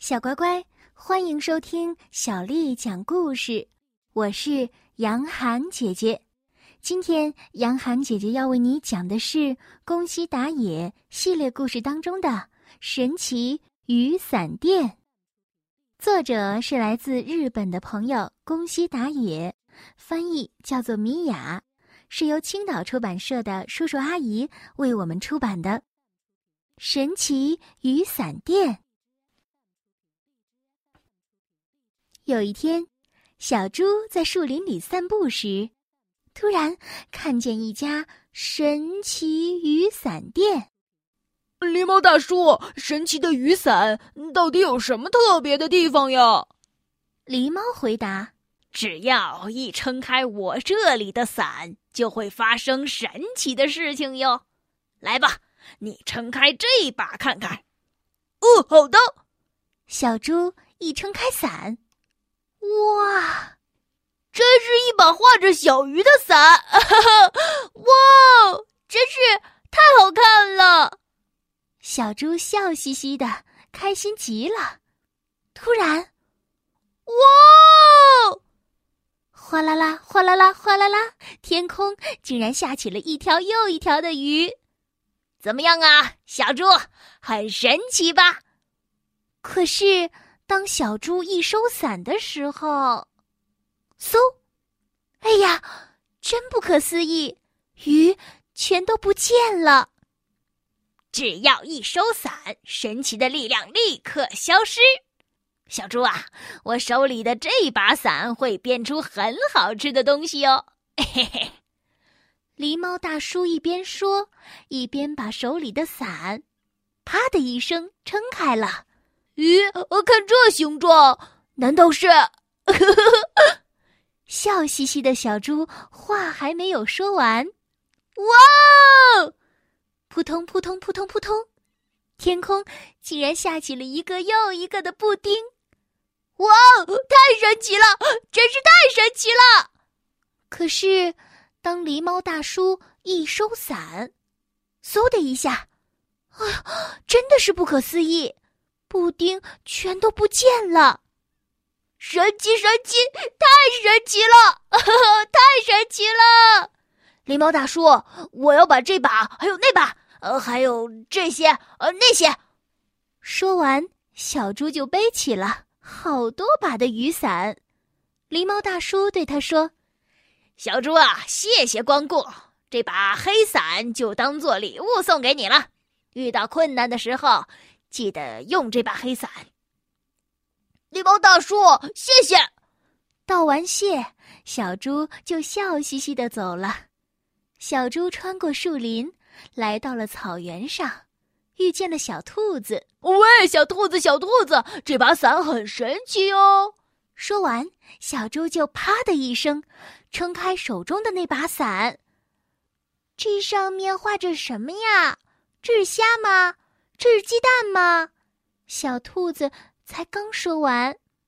小乖乖，欢迎收听小丽讲故事，我是杨涵姐姐。今天杨涵姐姐要为你讲的是宫西达也系列故事当中的神奇雨伞店。作者是来自日本的朋友宫西达也，翻译叫做米雅，是由青岛出版社的叔叔阿姨为我们出版的神奇雨伞店。有一天，小猪在树林里散步时，突然看见一家神奇雨伞店。 狸猫大叔，神奇的雨伞到底有什么特别的地方呀？ 狸猫回答： 只要一撑开我这里的伞，就会发生神奇的事情哟。来吧，你撑开这把看看。 哦，好的。 小猪一撑开伞，哇， 真是一把画着小鱼的伞！哇，真是太好看了！ 小猪笑嘻嘻的，开心极了。突然， 哇！ 哗啦啦，哗啦啦，哗啦啦，天空竟然下起了一条又一条的雨。 怎么样啊，小猪？很神奇吧？ 可是当小猪一收伞的时候，嗖！哎呀，真不可思议，鱼全都不见了。 只要一收伞，神奇的力量立刻消失。小猪啊，我手里的这把伞会变出很好吃的东西哦。嘿嘿。 狸猫大叔一边说，一边把手里的伞啪的一声撑开了。 咦，看这形状，难道是…… 笑嘻嘻的小猪话还没有说完， 哇！ 扑通扑通扑通扑通，天空竟然下起了一个又一个的布丁。 哇，太神奇了，真是太神奇了！ 可是当狸猫大叔一收伞，嗖的一下，哎呀，真的是不可思议，布丁全都不见了。 神奇神奇，太神奇了！太神奇了！狸猫大叔，我要把这把还有那把还有这些那些。 说完，小猪就背起了好多把的雨伞。狸猫大叔对他说： 小猪啊，谢谢光顾，这把黑伞就当做礼物送给你了。遇到困难的时候，记得用这把黑伞。 狸猫大叔，谢谢。 道完谢，小猪就笑嘻嘻地走了。小猪穿过树林，来到了草原上，遇见了小兔子。 喂，小兔子，小兔子，这把伞很神奇哦。 说完，小猪就啪的一声撑开手中的那把伞。这上面画着什么呀？这是虾吗？这是鸡蛋吗？小兔子才刚说完，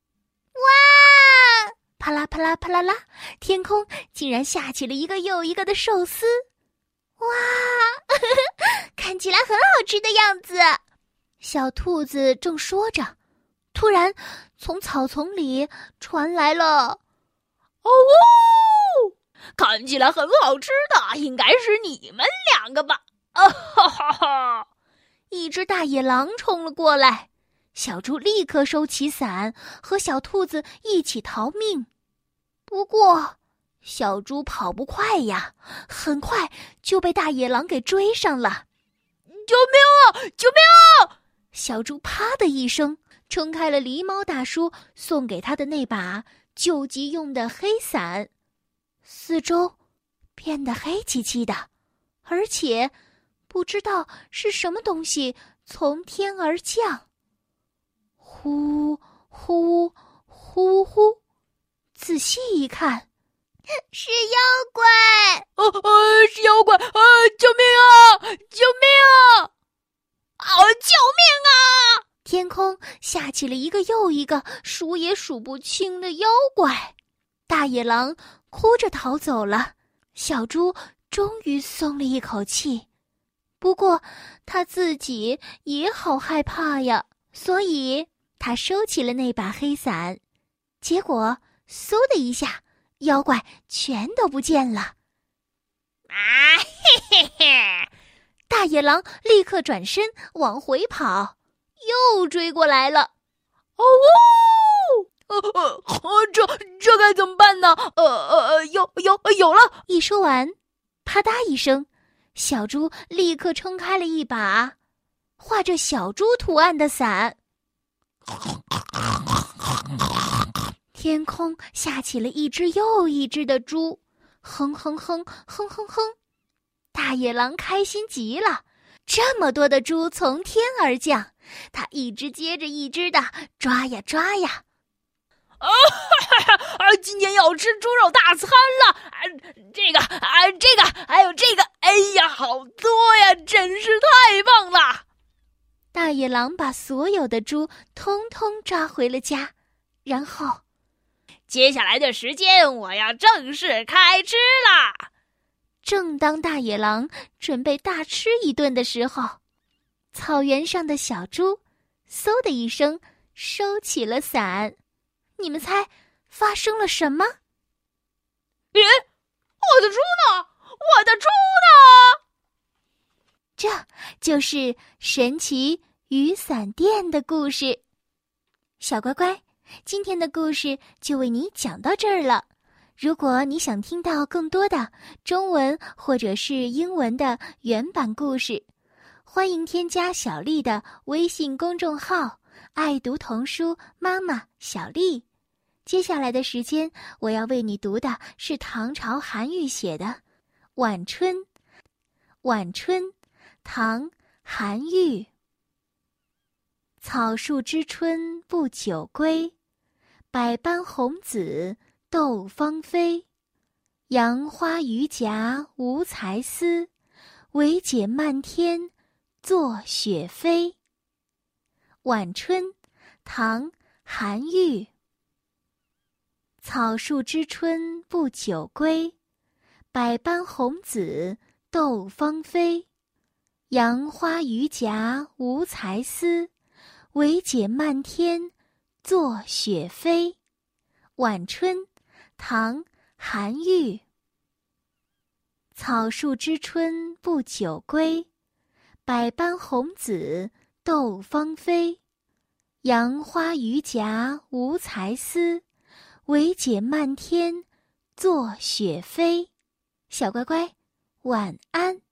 哇！啪啦啪啦啪啦啦，天空竟然下起了一个又一个的寿司。哇，看起来很好吃的样子。小兔子正说着，突然从草丛里传来了哦呜，看起来很好吃的，应该是你们两个吧？啊哈哈哈！ 一只大野狼冲了过来，小猪立刻收起伞，和小兔子一起逃命。不过小猪跑不快呀，很快就被大野狼给追上了。 救命啊！救命啊！ 小猪啪的一声撑开了狸猫大叔送给他的那把救急用的黑伞，四周变得黑漆漆的，而且不知道是什么东西从天而降。呼呼呼呼，仔细一看，是妖怪！ 是妖怪！救命啊！救命啊！救命啊！ 天空下起了一个又一个数也数不清的妖怪。大野狼哭着逃走了，小猪终于松了一口气。不过他自己也好害怕呀，所以他收起了那把黑伞，结果嗖的一下，妖怪全都不见了。 啊，嘿嘿嘿！ 大野狼立刻转身往回跑，又追过来了。 哦呜！这该怎么办呢？有了！ 一说完，啪嗒一声，小猪立刻撑开了一把画着小猪图案的伞。天空下起了一只又一只的猪，哼哼哼，哼哼哼。大野狼开心极了，这么多的猪从天而降，他一只接着一只的抓呀抓呀。 今天要吃猪肉大餐了！这个，还有这个，哎呀，好多呀，真是太棒了！ 大野狼把所有的猪通通抓回了家，然后， 接下来的时间我要正式开吃啦！ 正当大野狼准备大吃一顿的时候，草原上的小猪嗖的一声收起了伞。你们猜发生了什么？ 咦，我的猪呢？我的猪呢？ 这就是神奇雨伞店的故事。小乖乖，今天的故事就为你讲到这儿了。如果你想听到更多的中文或者是英文的原版故事，欢迎添加小丽的微信公众号爱读童书妈妈小丽。接下来的时间，我要为你读的是唐朝韩愈写的《晚春》。晚春，唐，韩愈。草树知春不久归，百般红紫斗芳菲。杨花榆荚无才思，惟解漫天作雪飞。晚春，唐，韩愈。草树知春不久归，百般红紫斗芳菲。杨花榆荚无才思，惟解漫天作雪飞。晚春，唐，韩愈。草树知春不久归，百般红紫斗芳菲。杨花榆荚无才思，惟解漫天作雪飞。小乖乖，晚安。